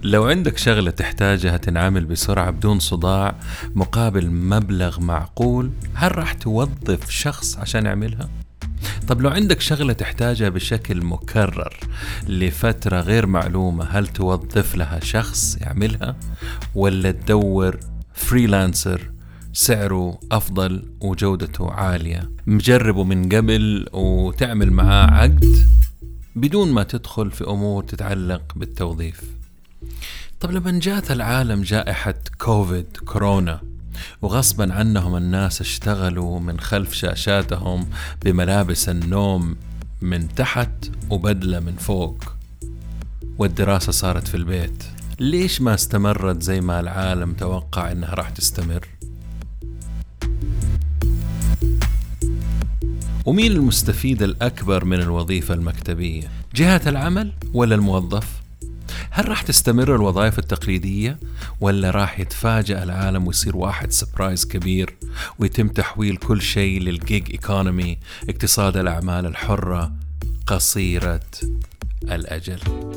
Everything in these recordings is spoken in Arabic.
لو عندك شغلة تحتاجها تنعمل بسرعة بدون صداع مقابل مبلغ معقول، هل راح توظف شخص عشان يعملها؟ طب لو عندك شغلة تحتاجها بشكل مكرر لفترة غير معلومة، هل توظف لها شخص يعملها ولا تدور فريلانسر سعره أفضل وجودته عالية مجربه من قبل وتعمل معاه عقد بدون ما تدخل في أمور تتعلق بالتوظيف؟ طب لما جاءت العالم جائحة كورونا وغصبا عنهم الناس اشتغلوا من خلف شاشاتهم بملابس النوم من تحت وبدلة من فوق، والدراسة صارت في البيت، ليش ما استمرت زي ما العالم توقع انها راح تستمر؟ ومين المستفيد الأكبر من الوظيفة المكتبية؟ جهة العمل ولا الموظف؟ هل راح تستمر الوظائف التقليدية ولا راح يتفاجأ العالم ويصير واحد سبرايز كبير ويتم تحويل كل شيء للجيج ايكونومي، اقتصاد الأعمال الحرة قصيرة الأجل؟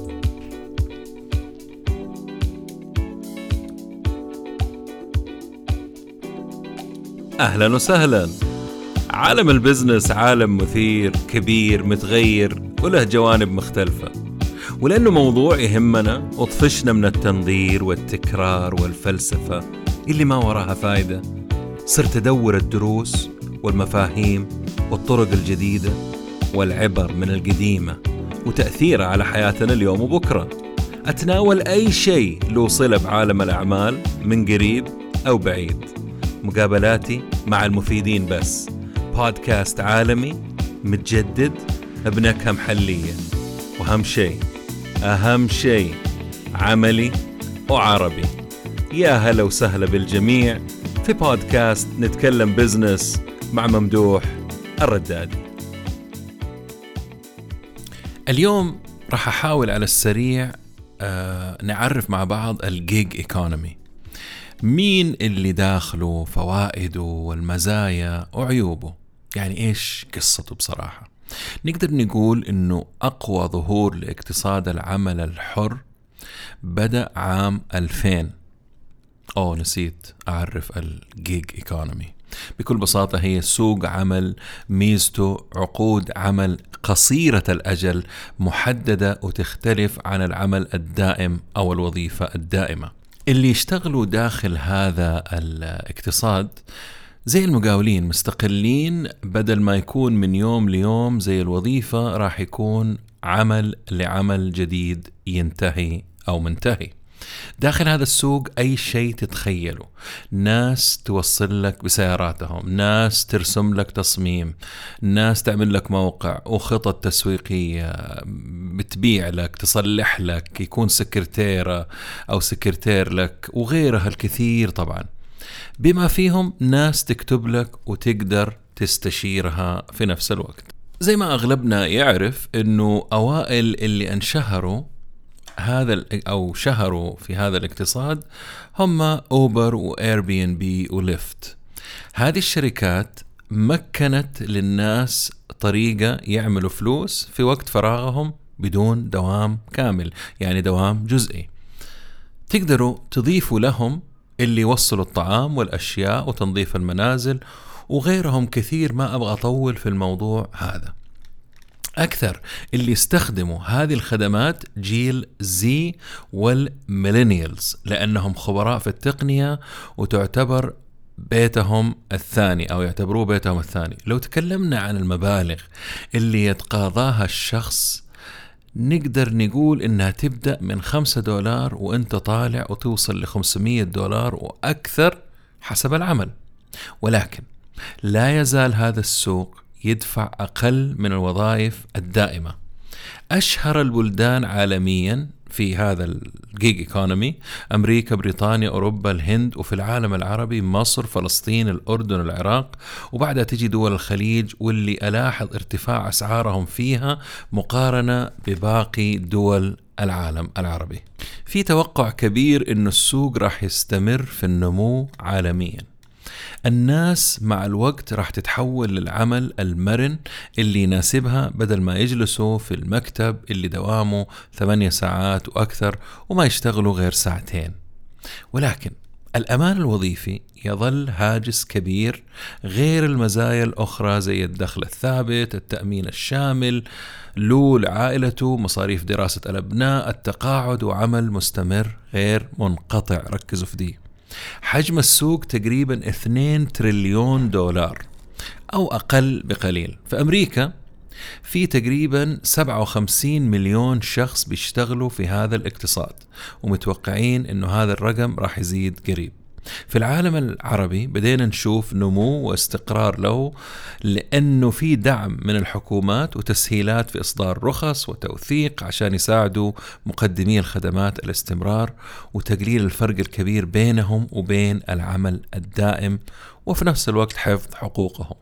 أهلا وسهلا. عالم البزنس عالم مثير كبير متغير وله جوانب مختلفة، ولأنه موضوع يهمنا وطفشنا من التنظير والتكرار والفلسفة اللي ما وراها فايدة، صرت أدور الدروس والمفاهيم والطرق الجديدة والعبر من القديمة وتأثيرها على حياتنا اليوم وبكرة. أتناول أي شيء له صلة بعالم الأعمال من قريب أو بعيد. مقابلاتي مع المفيدين بس. بودكاست عالمي متجدد بنكهة محلية، أهم شيء عملي وعربي. يا هلا وسهلا بالجميع في بودكاست نتكلم بزنس مع ممدوح الردادي. اليوم راح أحاول على السريع نعرف مع بعض الجيج ايكونومي، مين اللي داخله، فوائده والمزايا وعيوبه، يعني إيش قصته. بصراحة نقدر نقول إنه أقوى ظهور لاقتصاد العمل الحر بدأ عام 2000. نسيت أعرف الجيج ايكونومي. بكل بساطة هي سوق عمل ميزته عقود عمل قصيرة الأجل محددة وتختلف عن العمل الدائم أو الوظيفة الدائمة. اللي يشتغلوا داخل هذا الاقتصاد زي المقاولين مستقلين، بدل ما يكون من يوم ليوم زي الوظيفة راح يكون عمل لعمل جديد ينتهي أو منتهي. داخل هذا السوق أي شيء تتخيله، ناس توصل لك بسياراتهم، ناس ترسم لك تصميم، ناس تعمل لك موقع وخطط تسويقية، بتبيع لك، تصلح لك، يكون سكرتيرة أو سكرتير لك، وغيرها الكثير طبعا، بما فيهم ناس تكتب لك وتقدر تستشيرها في نفس الوقت. زي ما أغلبنا يعرف إنه أوائل اللي انشهروا أو شهروا في هذا الاقتصاد هم أوبر وإير بي إن بي وليفت. هذه الشركات مكنت للناس طريقة يعملوا فلوس في وقت فراغهم بدون دوام كامل، يعني دوام جزئي. تقدروا تضيفوا لهم اللي يوصلوا الطعام والأشياء وتنظيف المنازل وغيرهم كثير، ما أبغى أطول في الموضوع هذا. أكثر اللي يستخدموا هذه الخدمات جيل زي والميلينيالز، لأنهم خبراء في التقنية وتعتبر بيتهم الثاني أو يعتبروه بيتهم الثاني. لو تكلمنا عن المبالغ اللي يتقاضاها الشخص، نقدر نقول إنها تبدأ من $5 وإنت طالع وتوصل $500 وأكثر حسب العمل. ولكن لا يزال هذا السوق يدفع أقل من الوظائف الدائمة. أشهر البلدان عالميا في هذا الجيج ايكونومي أمريكا، بريطانيا، أوروبا، الهند، وفي العالم العربي مصر، فلسطين، الأردن، العراق، وبعدها تجي دول الخليج، واللي ألاحظ ارتفاع أسعارهم فيها مقارنة بباقي دول العالم العربي. في توقع كبير إنه السوق راح يستمر في النمو عالميا. الناس مع الوقت راح تتحول للعمل المرن اللي يناسبها، بدل ما يجلسوا في المكتب اللي دوامه 8 ساعات وأكثر وما يشتغلوا غير ساعتين. ولكن الأمان الوظيفي يظل هاجس كبير، غير المزايا الأخرى زي الدخل الثابت، التأمين الشامل له لعائلته، مصاريف دراسة الأبناء، التقاعد وعمل مستمر غير منقطع. ركزوا في دي. حجم السوق تقريبا 2 تريليون دولار أو أقل بقليل. في أمريكا في تقريبا 57 مليون شخص بيشتغلوا في هذا الاقتصاد، ومتوقعين إنه هذا الرقم راح يزيد قريب. في العالم العربي بدينا نشوف نمو واستقرار له، لأنه في دعم من الحكومات وتسهيلات في إصدار رخص وتوثيق عشان يساعدوا مقدمي الخدمات الاستمرار وتقليل الفرق الكبير بينهم وبين العمل الدائم، وفي نفس الوقت حفظ حقوقهم.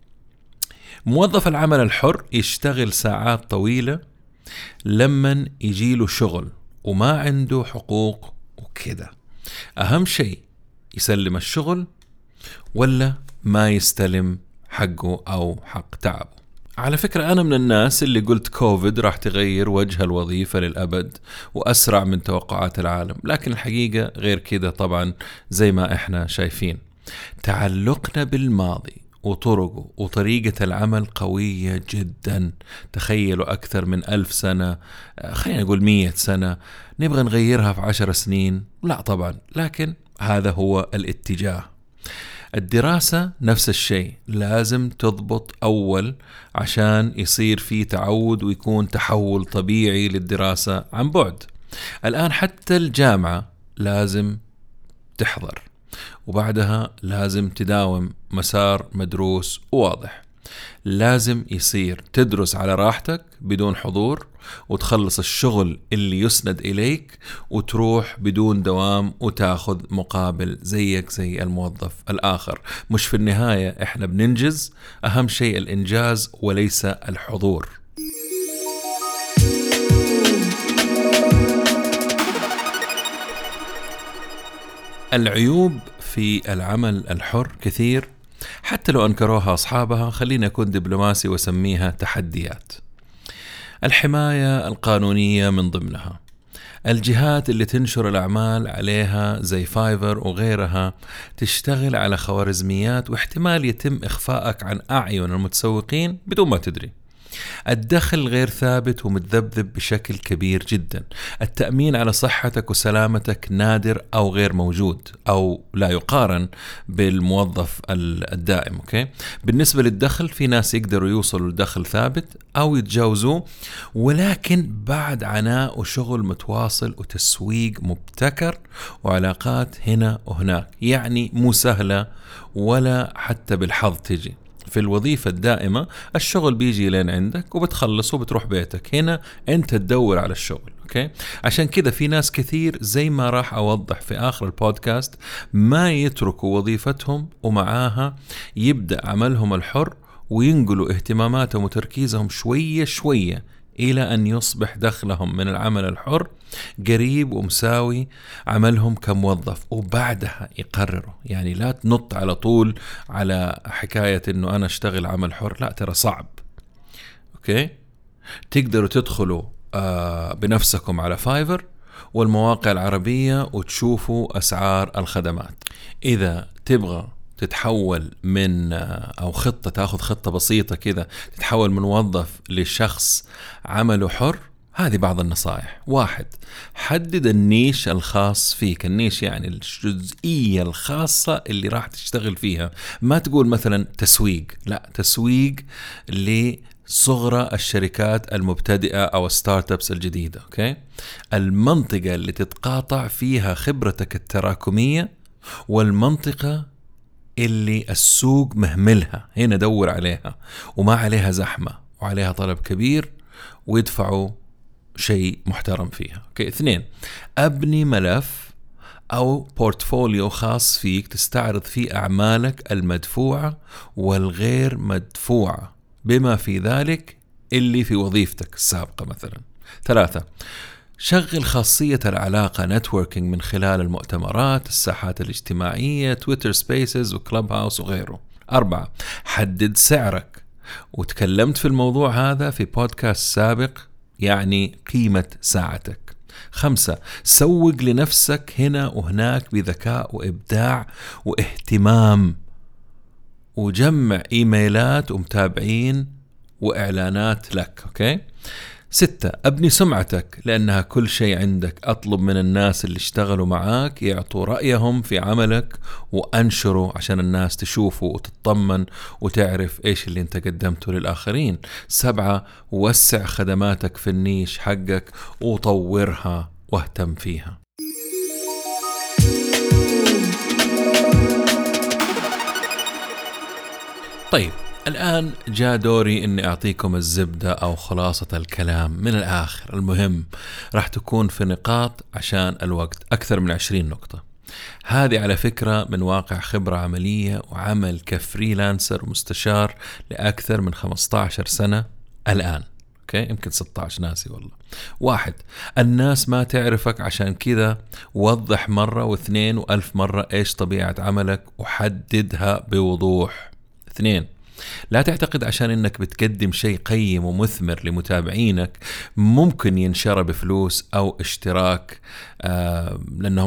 موظف العمل الحر يشتغل ساعات طويلة لمن يجيله شغل وما عنده حقوق وكده. أهم شيء يسلم الشغل ولا ما يستلم حقه أو حق تعبه. على فكرة أنا من الناس اللي قلت كوفيد راح تغير وجه الوظيفة للأبد وأسرع من توقعات العالم، لكن الحقيقة غير كده طبعا. زي ما إحنا شايفين تعلقنا بالماضي وطرقه وطريقة العمل قوية جدا. تخيلوا أكثر من 1000 سنة، خلينا نقول 100 سنة، نبغى نغيرها في 10 سنين؟ لا طبعا. لكن هذا هو الاتجاه. الدراسة نفس الشيء، لازم تضبط أول عشان يصير في تعود ويكون تحول طبيعي للدراسة عن بعد. الآن حتى الجامعة لازم تحضر، وبعدها لازم تداوم مسار مدروس وواضح. لازم يصير تدرس على راحتك بدون حضور، وتخلص الشغل اللي يسند إليك وتروح بدون دوام وتاخذ مقابل زيك زي الموظف الآخر. مش في النهاية إحنا بننجز، أهم شيء الإنجاز وليس الحضور. العيوب في العمل الحر كثير، حتى لو أنكروها أصحابها. خلينا أكون دبلوماسي وسميها تحديات. الحماية القانونية من ضمنها. الجهات اللي تنشر الأعمال عليها زي فايفر وغيرها تشتغل على خوارزميات، واحتمال يتم إخفائك عن أعين المتسوقين بدون ما تدري. الدخل غير ثابت ومتذبذب بشكل كبير جدا. التأمين على صحتك وسلامتك نادر أو غير موجود أو لا يقارن بالموظف الدائم. أوكي؟ بالنسبة للدخل، في ناس يقدروا يوصلوا لدخل ثابت أو يتجاوزوه، ولكن بعد عناء وشغل متواصل وتسويق مبتكر وعلاقات هنا وهناك. يعني مو سهلة ولا حتى بالحظ تجي. في الوظيفة الدائمة الشغل بيجي لين عندك وبتخلص وبتروح بيتك. هنا أنت تدور على الشغل. أوكي؟ عشان كذا في ناس كثير زي ما راح أوضح في آخر البودكاست ما يتركوا وظيفتهم ومعاها يبدأ عملهم الحر، وينقلوا اهتماماتهم وتركيزهم شوية شوية إلى أن يصبح دخلهم من العمل الحر قريب ومساوي عملهم كموظف، وبعدها يقرروا. يعني لا تنط على طول على حكاية إنه أنا أشتغل عمل حر، لا ترى صعب. أوكي؟ تقدروا تدخلوا بنفسكم على فايفر والمواقع العربية وتشوفوا أسعار الخدمات. إذا تبغى تتحول من أو خطة، تأخذ خطة بسيطة كذا تتحول من موظف لشخص عمله حر، هذه بعض النصائح. 1. حدد النيش الخاص فيك. النيش يعني الجزئية الخاصة اللي راح تشتغل فيها. ما تقول مثلا تسويق، لا، تسويق لصغرى الشركات المبتدئة أو ستارت ابس الجديدة. أوكي؟ المنطقة اللي تتقاطع فيها خبرتك التراكمية والمنطقة اللي السوق مهملها، هنا دور عليها وما عليها زحمة وعليها طلب كبير ويدفعوا شيء محترم فيها. أوكي. 2. أبني ملف أو بورتفوليو خاص فيك تستعرض فيه أعمالك المدفوعة والغير مدفوعة، بما في ذلك اللي في وظيفتك السابقة مثلا. 3. شغل خاصية العلاقة نتوركينج من خلال المؤتمرات، الساحات الاجتماعية، تويتر سبيسز وكلاب هاوس وغيره. 4. حدد سعرك، وتكلمت في الموضوع هذا في بودكاست سابق، يعني قيمة ساعتك. 5. سوق لنفسك هنا وهناك بذكاء وإبداع واهتمام، وجمع إيميلات ومتابعين وإعلانات لك. أوكي. 6. أبني سمعتك، لأنها كل شيء عندك. أطلب من الناس اللي اشتغلوا معاك يعطوا رأيهم في عملك وأنشره عشان الناس تشوفه وتطمن وتعرف إيش اللي انت قدمته للآخرين. 7. وسع خدماتك في النيش حقك وطورها واهتم فيها. طيب، الآن جاء دوري إني أعطيكم الزبدة أو خلاصة الكلام من الآخر. المهم راح تكون في نقاط عشان الوقت، أكثر من 20 نقطة. هذه على فكرة من واقع خبرة عملية وعمل كفريلانسر ومستشار لأكثر من 15 سنة الآن. أوكي، يمكن 16 ناسي والله. 1. الناس ما تعرفك، عشان كذا وضح مرة واثنين وألف مرة إيش طبيعة عملك وحددها بوضوح. 2. لا تعتقد عشان انك بتقدم شيء قيم ومثمر لمتابعينك ممكن ينشر بفلوس او اشتراك، لانهم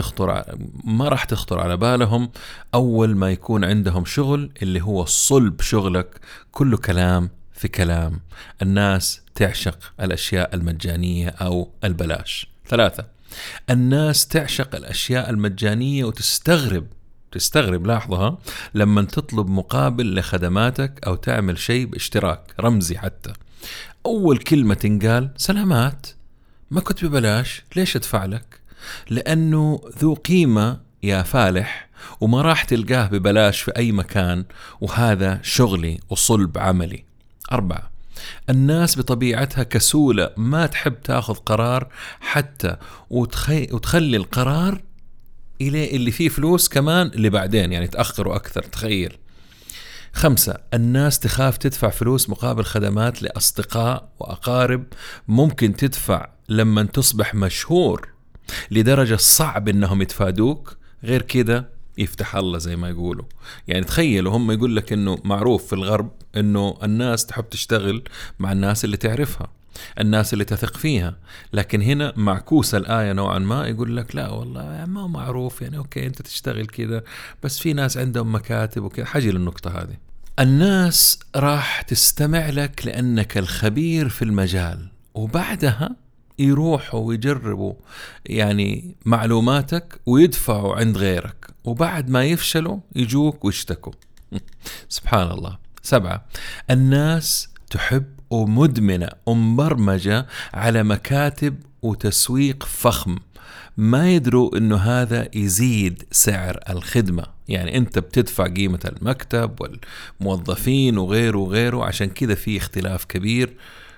ما راح تخطر على بالهم اول ما يكون عندهم شغل اللي هو صلب شغلك كله كلام في كلام. الناس تعشق الاشياء المجانية او البلاش. 3. الناس تعشق الاشياء المجانية وتستغرب لاحظها لما تطلب مقابل لخدماتك أو تعمل شيء باشتراك رمزي. حتى أول كلمة تنقال سلامات، ما كنت ببلاش، ليش أدفع لك؟ لأنه ذو قيمة يا فالح، وما راح تلقاه ببلاش في أي مكان، وهذا شغلي وصلب عملي. 4. الناس بطبيعتها كسولة، ما تحب تاخذ قرار حتى وتخلي القرار إلى اللي فيه فلوس كمان اللي بعدين، يعني تأخروا أكثر. تخيل. 5. الناس تخاف تدفع فلوس مقابل خدمات لأصدقاء وأقارب ممكن تدفع لما تصبح مشهور لدرجة صعب إنهم يتفادوك، غير كده يفتح الله زي ما يقولوا. يعني تخيلوا، هم يقول لك إنه معروف في الغرب إنه الناس تحب تشتغل مع الناس اللي تعرفها، الناس اللي تثق فيها، لكن هنا معكوسة الآية نوعا ما، يقول لك لا والله ما معروف، يعني أوكي أنت تشتغل كذا، بس في ناس عندهم مكاتب وكذا. حاجة للنقطة هذه. الناس راح تستمع لك لأنك الخبير في المجال، وبعدها يروحوا ويجربوا يعني معلوماتك ويدفعوا عند غيرك، وبعد ما يفشلوا يجوك ويشتكوا. سبحان الله. 7. الناس تحب ومدمنة ومبرمجة على مكاتب وتسويق فخم، ما يدروا إنه هذا يزيد سعر الخدمة. يعني أنت بتدفع قيمة المكتب والموظفين وغيره، عشان كذا في اختلاف كبير،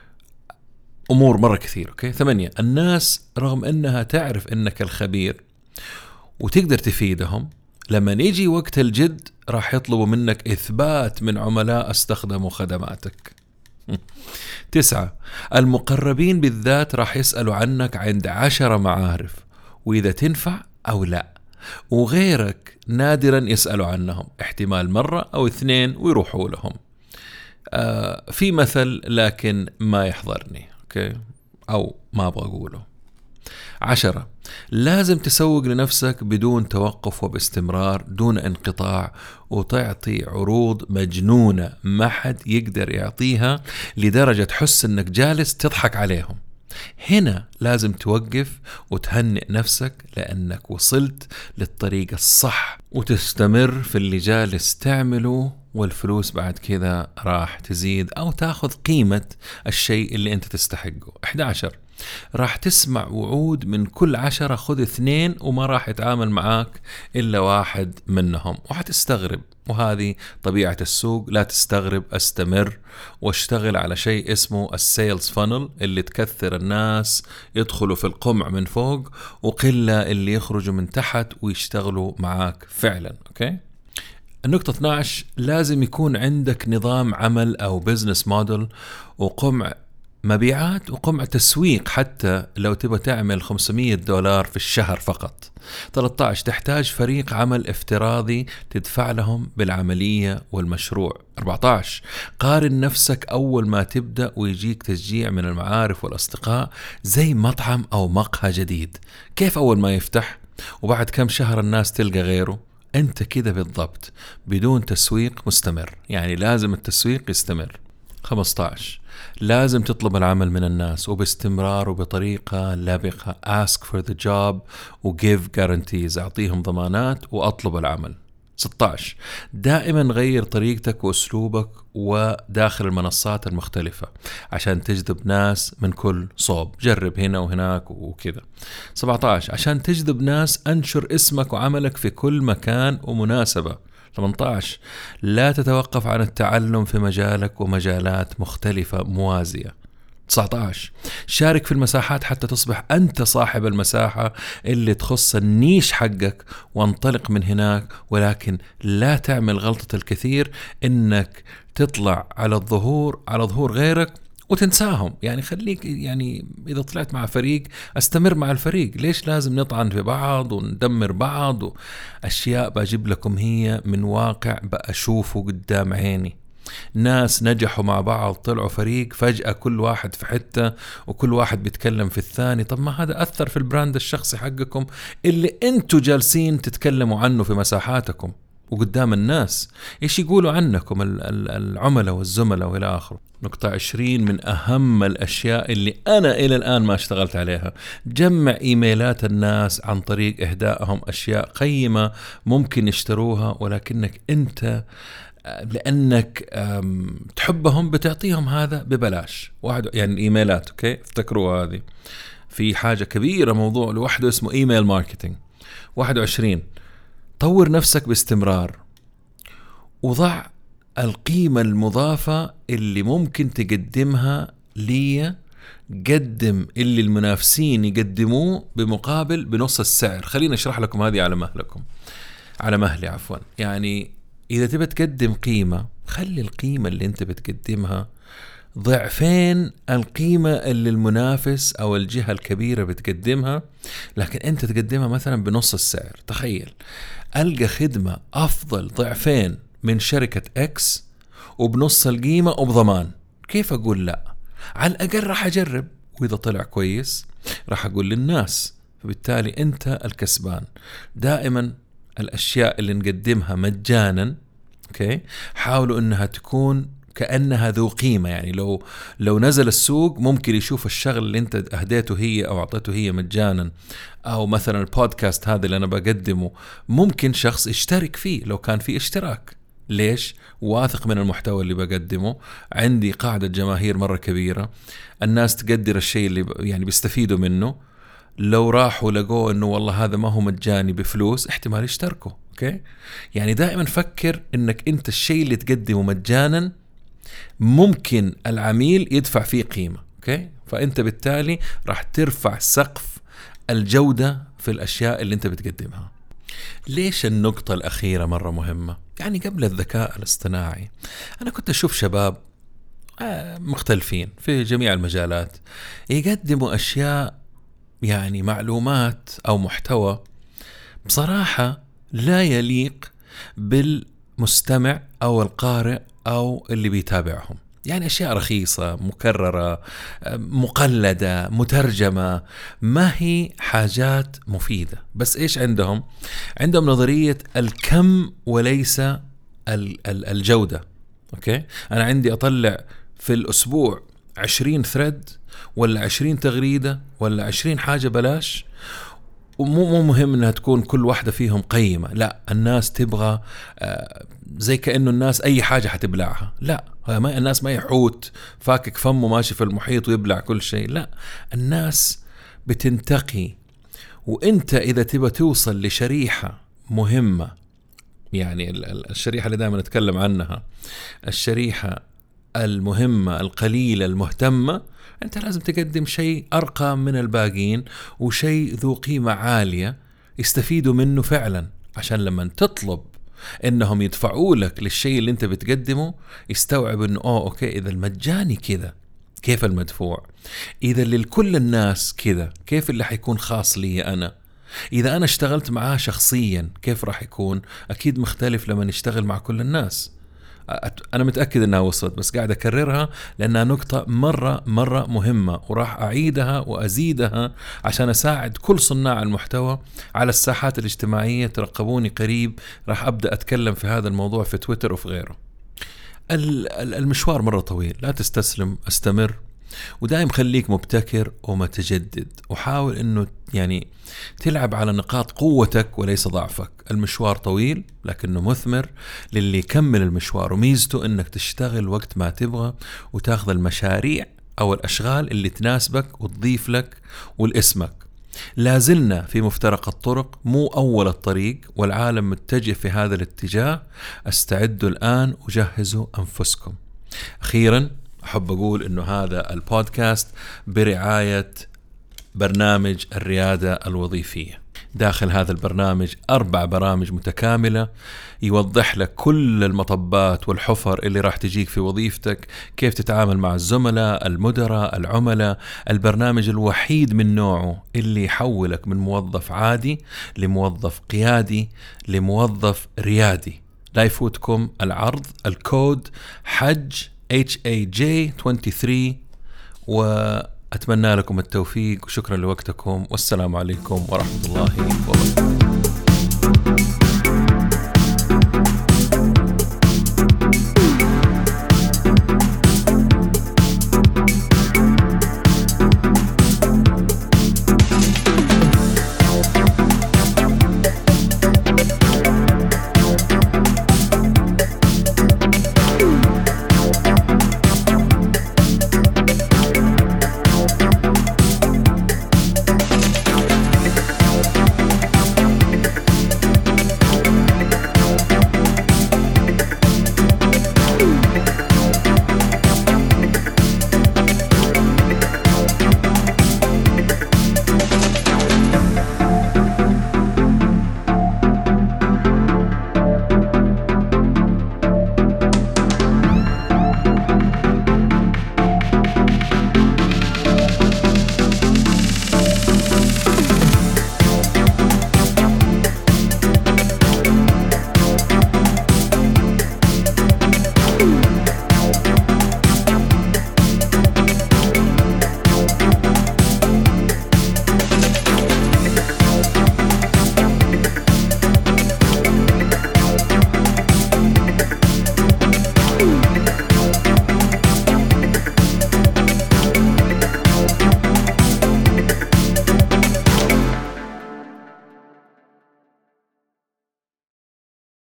أمور مرة كثير. أوكي. 8. الناس رغم أنها تعرف أنك الخبير وتقدر تفيدهم، لما يجي وقت الجد راح يطلبوا منك إثبات من عملاء استخدموا خدماتك. 9. المقربين بالذات راح يسألوا عنك عند 10 معارف وإذا تنفع أو لا، وغيرك نادرا يسألوا عنهم، احتمال مرة أو 2 ويروحوا لهم. في مثل لكن ما يحضرني، أوكي، أو ما أبغى أقوله. 10. لازم تسوق لنفسك بدون توقف وباستمرار دون انقطاع، وتعطي عروض مجنونة ما حد يقدر يعطيها، لدرجة تحس انك جالس تضحك عليهم. هنا لازم توقف وتهنئ نفسك لأنك وصلت للطريق الصح، وتستمر في اللي جالس تعمله، والفلوس بعد كذا راح تزيد أو تاخذ قيمة الشيء اللي أنت تستحقه. 11. راح تسمع وعود من كل 10 خذ 2 وما راح يتعامل معاك إلا 1 منهم، وحتستغرب، وهذه طبيعة السوق. لا تستغرب، استمر واشتغل على شيء اسمه السيلز فانل، اللي تكثر الناس يدخلوا في القمع من فوق وقلة اللي يخرجوا من تحت ويشتغلوا معاك فعلا. أوكي. النقطة 12. لازم يكون عندك نظام عمل أو بزنس موديل وقمع مبيعات وقمع تسويق. حتى لو تبغى تعمل $500 في الشهر فقط. 13 تحتاج فريق عمل افتراضي تدفع لهم بالعملية والمشروع. 14 قارن نفسك أول ما تبدأ ويجيك تشجيع من المعارف والأصدقاء زي مطعم أو مقهى جديد، كيف أول ما يفتح وبعد كم شهر الناس تلقى غيره؟ أنت كده بالضبط بدون تسويق مستمر، يعني لازم التسويق يستمر. 15 لازم تطلب العمل من الناس وباستمرار وبطريقة لبقة. ask for the job و give guarantees، أعطيهم ضمانات وأطلب العمل. 16 دائما غير طريقتك وأسلوبك وداخل المنصات المختلفة عشان تجذب ناس من كل صوب، جرب هنا وهناك وكذا. 17 عشان تجذب ناس أنشر اسمك وعملك في كل مكان ومناسبة. 18 لا تتوقف عن التعلم في مجالك ومجالات مختلفة موازية. 19 شارك في المساحات حتى تصبح أنت صاحب المساحة اللي تخص النيش حقك وانطلق من هناك، ولكن لا تعمل غلطة الكثير إنك تطلع على ظهور غيرك وتنساهم. يعني خليك، يعني إذا طلعت مع فريق استمر مع الفريق، ليش لازم نطعن في بعض وندمر بعض؟ أشياء بجيب لكم هي من واقع بأشوفه قدام عيني. ناس نجحوا مع بعض طلعوا فريق، فجأة كل واحد في حتة وكل واحد بيتكلم في الثاني. طب ما هذا أثر في البراند الشخصي حقكم اللي انتوا جالسين تتكلموا عنه في مساحاتكم وقدام الناس. إيش يقولوا عنكم العملاء والزملاء وإلى آخره. نقطة 20 من أهم الأشياء اللي أنا إلى الآن ما اشتغلت عليها: جمع إيميلات الناس عن طريق إهدائهم أشياء قيمة ممكن يشتروها، ولكنك أنت لأنك تحبهم بتعطيهم هذا ببلاش. يعني الإيميلات، أوكي، افتكروا هذه في حاجة كبيرة، موضوع لوحده اسمه إيميل ماركتينج. 21 طور نفسك باستمرار وضع القيمة المضافة اللي ممكن تقدمها لي. قدم اللي المنافسين يقدموه بمقابل بنص السعر. خليني أشرح لكم هذه على مهلي عفوا. يعني إذا تبى تقدم قيمة، خلي القيمة اللي أنت بتقدمها ضعفين القيمة اللي المنافس أو الجهة الكبيرة بتقدمها، لكن أنت تقدمها مثلا بنص السعر. تخيل ألقى خدمة أفضل ضعفين من شركة إكس وبنص القيمة وبضمان. كيف أقول لا؟ على الأقل راح أجرب، وإذا طلع كويس راح أقول للناس، فبالتالي أنت الكسبان. دائما الأشياء اللي نقدمها مجانا، أوكي، حاولوا أنها تكون كأنها ذو قيمة. يعني لو نزل السوق ممكن يشوف الشغل اللي انت اهديته هي او اعطيته هي مجانا، او مثلا البودكاست هذا اللي انا بقدمه ممكن شخص يشترك فيه لو كان فيه اشتراك. ليش؟ واثق من المحتوى اللي بقدمه، عندي قاعدة جماهير مرة كبيرة، الناس تقدر الشيء اللي يعني بيستفيدوا منه. لو راحوا لقوا انه والله هذا ما هو مجاني بفلوس، احتمال يشتركوا. اوكي، يعني دائما فكر انك انت الشيء اللي تقدمه مجانا ممكن العميل يدفع فيه قيمة. اوكي، فانت بالتالي راح ترفع سقف الجودة في الاشياء اللي انت بتقدمها. ليش النقطة الأخيرة مرة مهمة؟ يعني قبل الذكاء الاصطناعي أنا كنت أشوف شباب مختلفين في جميع المجالات يقدموا أشياء، يعني معلومات أو محتوى بصراحة لا يليق بالمستمع أو القارئ أو اللي بيتابعهم. يعني أشياء رخيصة مكررة مقلدة مترجمة، ما هي حاجات مفيدة. بس إيش عندهم نظرية الكم وليس الجودة. أوكي، أنا عندي أطلع في الأسبوع 20 ثريد ولا 20 تغريدة ولا 20 حاجة بلاش، ومو مهم انها تكون كل واحدة فيهم قيمة. لا، الناس تبغى زي كأنه الناس اي حاجة حتبلعها. لا، الناس ما يحوت فاكك فمه ماشي في المحيط ويبلع كل شيء. لا، الناس بتنتقي. وانت اذا تبغى توصل لشريحة مهمة، يعني الشريحة اللي دائما نتكلم عنها، الشريحة المهمة القليلة المهتمة، أنت لازم تقدم شيء أرقى من الباقين وشيء ذو قيمة عالية يستفيدوا منه فعلا، عشان لما تطلب إنهم يدفعوا لك للشيء اللي أنت بتقدمه يستوعب إنه أوكي، إذا المجاني كذا كيف المدفوع؟ إذا لكل الناس كذا، كيف اللي حيكون خاص لي أنا؟ إذا أنا اشتغلت معاه شخصيا كيف راح يكون؟ أكيد مختلف لما نشتغل مع كل الناس. أنا متأكد أنها وصلت، بس قاعد أكررها لأنها نقطة مرة مهمة، وراح أعيدها وأزيدها عشان أساعد كل صناع المحتوى على الساحات الاجتماعية. ترقبوني قريب راح أبدأ أتكلم في هذا الموضوع في تويتر وفي غيره. المشوار مرة طويل، لا تستسلم، استمر، ودائم خليك مبتكر ومتجدد، وحاول انه يعني تلعب على نقاط قوتك وليس ضعفك. المشوار طويل لكنه مثمر للي يكمل المشوار، وميزته انك تشتغل وقت ما تبغى وتاخذ المشاريع او الاشغال اللي تناسبك وتضيف لك ولاسمك. لازلنا في مفترق الطرق، مو أول الطريق، والعالم متجه في هذا الاتجاه. استعدوا الآن وجهزوا أنفسكم. أخيرا أحب أقول أنه هذا البودكاست برعاية برنامج الريادة الوظيفية. داخل هذا البرنامج 4 برامج متكاملة يوضح لك كل المطبات والحفر اللي راح تجيك في وظيفتك، كيف تتعامل مع الزملاء، المدراء، العملاء. البرنامج الوحيد من نوعه اللي يحولك من موظف عادي لموظف قيادي لموظف ريادي. لا يفوتكم العرض. الكود حج HAJ23، وأتمنى لكم التوفيق، وشكرا لوقتكم، والسلام عليكم ورحمة الله وبركاته.